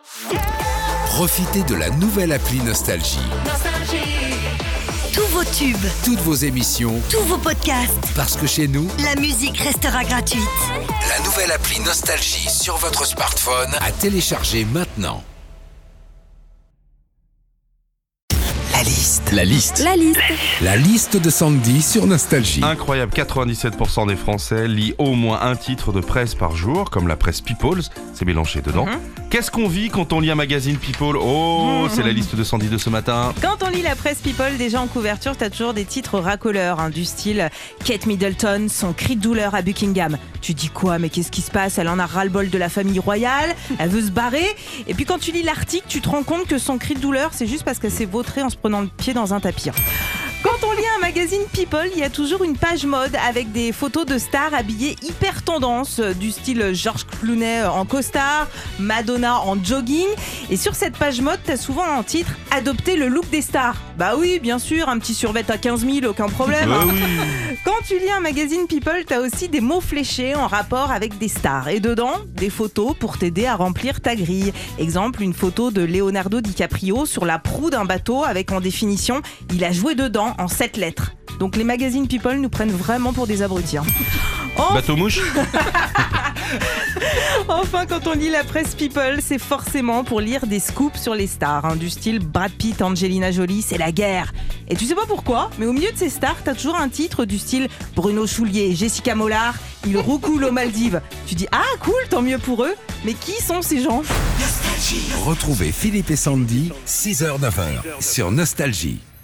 Profitez de la nouvelle appli Nostalgie. Tous vos tubes, Toutes vos émissions, tous vos podcasts, parce que chez nous, la musique restera gratuite. la nouvelle appli Nostalgie sur votre smartphone à télécharger maintenant. La liste. La liste de Sandy sur Nostalgie. Incroyable, 97% des Français lisent au moins un titre de presse par jour, comme la presse People, c'est mélangé dedans. Qu'est-ce qu'on vit quand on lit un magazine People ? C'est la liste de Sandy de ce matin. Quand on lit la presse People, déjà en couverture, t'as toujours des titres racoleurs, du style Kate Middleton, son cri de douleur à Buckingham. Tu dis quoi ? Mais qu'est-ce qui se passe ? Elle en a ras-le-bol de la famille royale, elle veut se barrer. Et puis quand tu lis l'article, tu te rends compte que son cri de douleur, c'est juste parce qu'elle s'est vautrée en se prenant le pied dans un tapis. Quand on lit un magazine People, il y a toujours une page mode avec des photos de stars habillées hyper tendance, du style George Clooney en costard, Madonna en jogging. Et sur cette page mode, t'as souvent un titre « Adopter le look des stars ». Bah oui, bien sûr, un petit survêt à 15 000, aucun problème. Quand tu lis un magazine People, t'as aussi des mots fléchés en rapport avec des stars. Et dedans, des photos pour t'aider à remplir ta grille. Exemple, une photo de Leonardo DiCaprio sur la proue d'un bateau avec en définition « Il a joué dedans » en 7 lettres. Donc les magazines People nous prennent vraiment pour des abrutis. Bateau mouche ? Enfin, quand on lit la presse People, c'est forcément pour lire des scoops sur les stars, du style Brad Pitt, Angelina Jolie, c'est la guerre. Et tu sais pas pourquoi, mais au milieu de ces stars, t'as toujours un titre du style Bruno Choulier, Jessica Mollard, ils roucoulent aux Maldives. Tu dis ah cool, tant mieux pour eux, mais qui sont ces gens ? Retrouvez Philippe et Sandy, 6h-9h sur Nostalgie.